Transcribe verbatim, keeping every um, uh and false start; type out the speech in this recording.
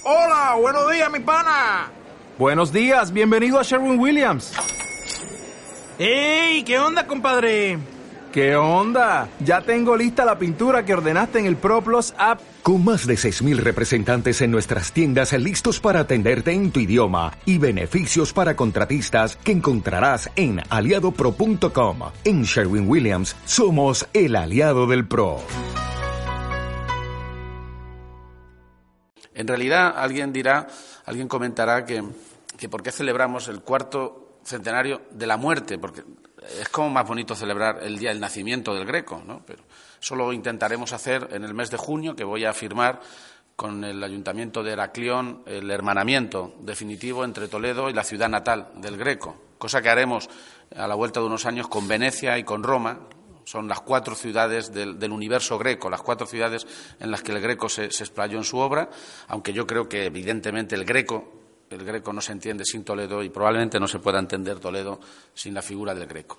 Hola, buenos días, mi pana. Buenos días, bienvenido a Sherwin-Williams. ¡Ey! ¿Qué onda, compadre? ¿Qué onda? Ya tengo lista la pintura que ordenaste en el ProPlus app. Con más de seis mil representantes en nuestras tiendas listos para atenderte en tu idioma y beneficios para contratistas que encontrarás en aliado pro punto com. En Sherwin-Williams somos el aliado del pro. En realidad, alguien dirá, alguien comentará que, que por qué celebramos el cuarto centenario de la muerte, porque es como más bonito celebrar el día del nacimiento del Greco, ¿no? Pero eso lo intentaremos hacer en el mes de junio, que voy a firmar con el Ayuntamiento de Heraclión el hermanamiento definitivo entre Toledo y la ciudad natal del Greco, cosa que haremos a la vuelta de unos años con Venecia y con Roma. Son las cuatro ciudades del, del universo greco, las cuatro ciudades en las que el Greco se, se explayó en su obra, aunque yo creo que evidentemente el Greco, el Greco no se entiende sin Toledo y probablemente no se pueda entender Toledo sin la figura del Greco.